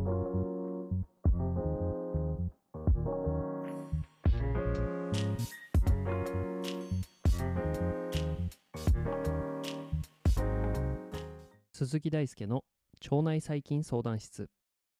鈴木大輔の腸内細菌相談室。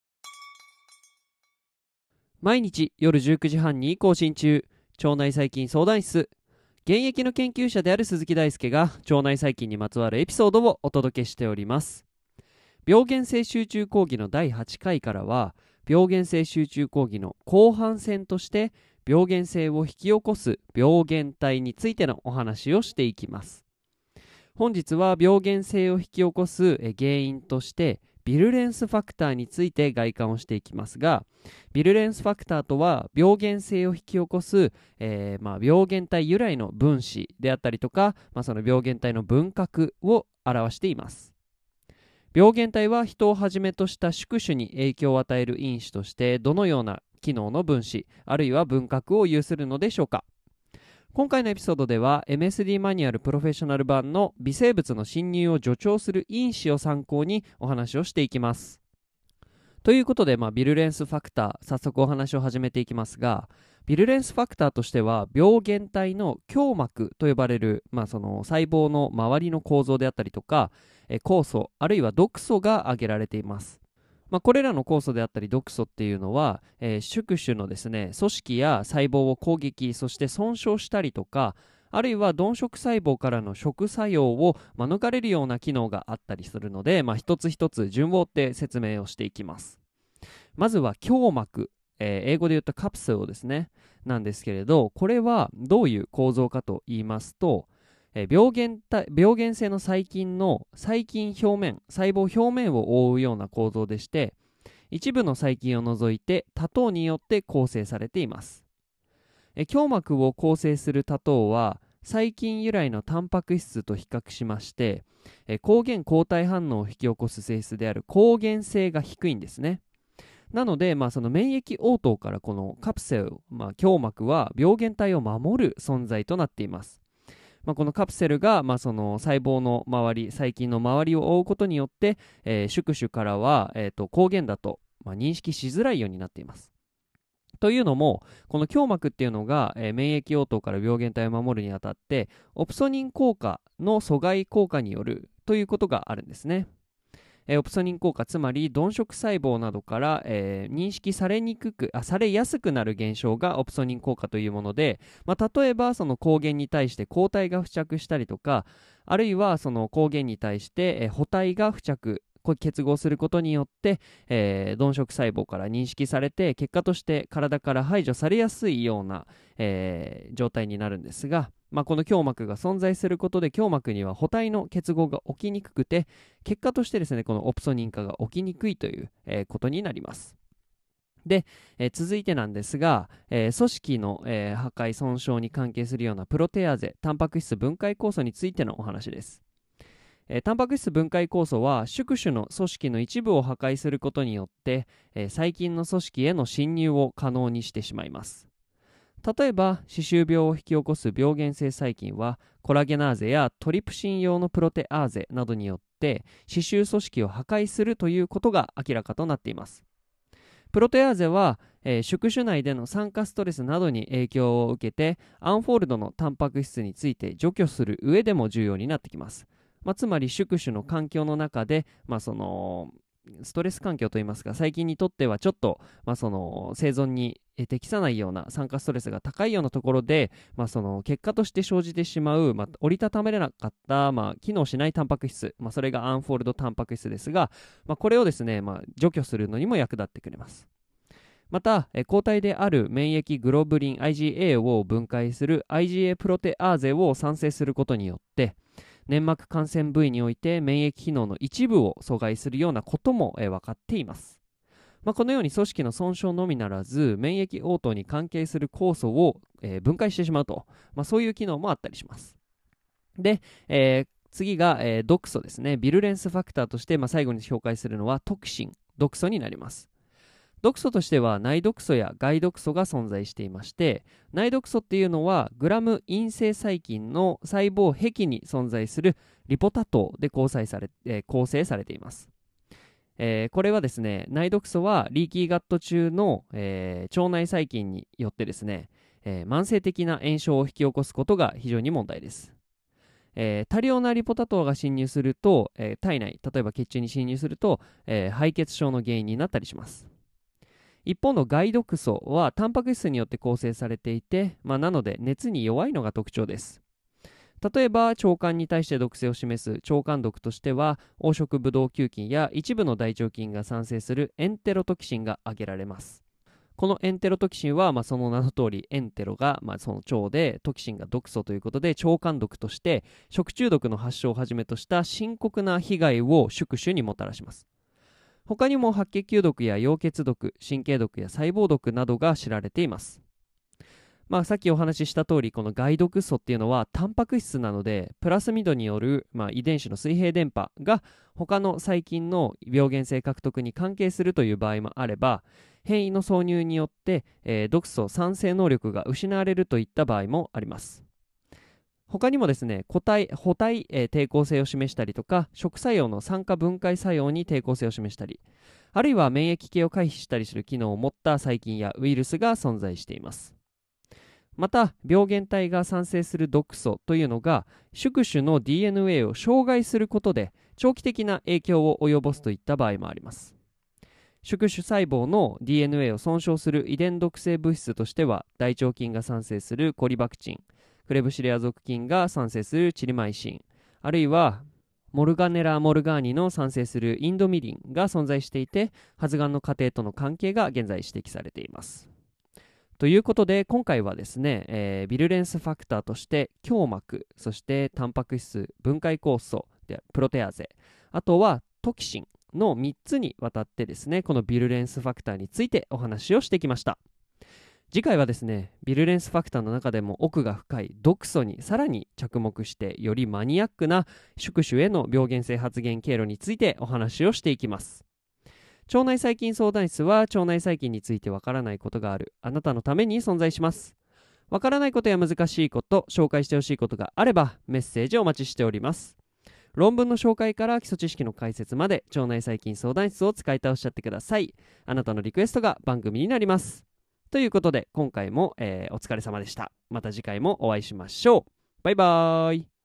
毎日夜19時半に更新中、腸内細菌相談室。現役の研究者である鈴木大輔が腸内細菌にまつわるエピソードをお届けしております。病原性集中講義の第8回からは、病原性集中講義の後半戦として病原性を引き起こす病原体についてのお話をしていきます。本日は病原性を引き起こす原因としてビルレンスファクターについて概観をしていきますが、ビルレンスファクターとは病原性を引き起こす、病原体由来の分子であったりとか、その病原体の分核を表しています。病原体は人をはじめとした宿主に影響を与える因子としてどのような機能の分子あるいは分核を有するのでしょうか。今回のエピソードでは MSD マニュアルプロフェッショナル版の微生物の侵入を助長する因子を参考にお話をしていきます。ということで、ビルレンスファクター、早速お話を始めていきますが、ビルレンスファクターとしては病原体の胸膜と呼ばれる、その細胞の周りの構造であったりとか、酵素あるいは毒素が挙げられています。これらの酵素であったり毒素っていうのは、宿主のですね、組織や細胞を攻撃、そして損傷したりとか、あるいは鈍色細胞からの食作用を免れるような機能があったりするので、一つ一つ順を追って説明をしていきます。まずは胸膜、英語で言うとカプセルですね、なんですけれど、これはどういう構造かと言いますと、病原性の細菌の細菌表面、細胞表面を覆うような構造でして、一部の細菌を除いて多糖によって構成されています。胸膜を構成する多糖は細菌由来のタンパク質と比較しまして、抗原抗体反応を引き起こす性質である抗原性が低いんですね。なので、その免疫応答からこのカプセル、胸膜は病原体を守る存在となっています。このカプセルが、その細胞の周り、細菌の周りを覆うことによって、宿主からは、抗原だと、認識しづらいようになっています。というのも、この胸膜っていうのが、免疫応答から病原体を守るにあたって、オプソニン効果の阻害効果によるということがあるんですね。オプソニン効果、つまり鈍色細胞などから、認識されやすくなる現象がオプソニン効果というもので、例えばその抗原に対して抗体が付着したりとか、あるいはその抗原に対して、補体が付着結合することによって、鈍色細胞から認識されて結果として体から排除されやすいような、状態になるんですが、この胸膜が存在することで胸膜には補体の結合が起きにくくて、結果としてですね、このオプソニン化が起きにくいという、ことになります。で、続いてなんですが、組織の、破壊損傷に関係するようなプロテアーゼ、タンパク質分解酵素についてのお話です。タンパク質分解酵素は宿主の組織の一部を破壊することによって、細菌の組織への侵入を可能にしてしまいます。例えば歯周病を引き起こす病原性細菌はコラゲナーゼやトリプシン用のプロテアーゼなどによって歯周組織を破壊するということが明らかとなっています。プロテアーゼは、宿主内での酸化ストレスなどに影響を受けてアンフォールドのタンパク質について除去する上でも重要になってきます。つまり宿主の環境の中で、そのストレス環境といいますか、細菌にとってはちょっと、その生存に適さないような酸化ストレスが高いようなところで、その結果として生じてしまう、折りたためれなかった、機能しないタンパク質、それがアンフォールドタンパク質ですが、これをですね、除去するのにも役立ってくれます。また、抗体である免疫グロブリン IgA を分解する IgA プロテアーゼを産生することによって粘膜感染部位において免疫機能の一部を阻害するようなことも分かっています。このように組織の損傷のみならず免疫応答に関係する酵素を分解してしまうと、そういう機能もあったりします。で、次が毒素ですね。ビルレンスファクターとして最後に紹介するのはトクシン、毒素になります。毒素としては内毒素や外毒素が存在していまして、内毒素っていうのはグラム陰性細菌の細胞壁に存在するリポタ糖で構成されています。 これはですね、内毒素はリーキーガット中の、腸内細菌によってですね、慢性的な炎症を引き起こすことが非常に問題です。多量なリポタ糖が侵入すると、体内、例えば血中に侵入すると、敗血症の原因になったりします。一方の害毒素はタンパク質によって構成されていて、なので熱に弱いのが特徴です。例えば腸管に対して毒性を示す腸管毒としては、黄色ブドウ球菌や一部の大腸菌が産生するエンテロトキシンが挙げられます。このエンテロトキシンは、その名の通りエンテロが、その腸で、トキシンが毒素ということで腸管毒として食中毒の発症をはじめとした深刻な被害を宿主にもたらします。他にも白血球毒や溶血毒、神経毒や細胞毒などが知られています。さっきお話しした通り、この害毒素っていうのはタンパク質なので、プラスミドによる、遺伝子の水平電波が他の細菌の病原性獲得に関係するという場合もあれば、変異の挿入によって、毒素産生能力が失われるといった場合もあります。他にもですね、補体、抵抗性を示したりとか、食作用の酸化分解作用に抵抗性を示したり、あるいは免疫系を回避したりする機能を持った細菌やウイルスが存在しています。また、病原体が産生する毒素というのが宿主の DNA を傷害することで長期的な影響を及ぼすといった場合もあります。宿主細胞の DNA を損傷する遺伝毒性物質としては、大腸菌が産生するコリバクチン、クレブシリア属菌が産生するチリマイシン、あるいはモルガネラ・モルガーニの産生するインドミリンが存在していて、発がんの過程との関係が現在指摘されています。ということで、今回はですね、ビルレンスファクターとして強膜、そしてタンパク質、分解酵素でプロテアーゼ、あとはトキシンの3つにわたってですね、このビルレンスファクターについてお話をしてきました。次回はですね、ビルレンスファクターの中でも奥が深い毒素にさらに着目して、よりマニアックな宿主への病原性発現経路についてお話をしていきます。腸内細菌相談室は、腸内細菌についてわからないことがあるあなたのために存在します。わからないことや難しいこと、紹介してほしいことがあればメッセージをお待ちしております。論文の紹介から基礎知識の解説まで、腸内細菌相談室を使い倒しちゃってください。あなたのリクエストが番組になります。ということで、今回も、お疲れ様でした。また次回もお会いしましょう。バイバーイ。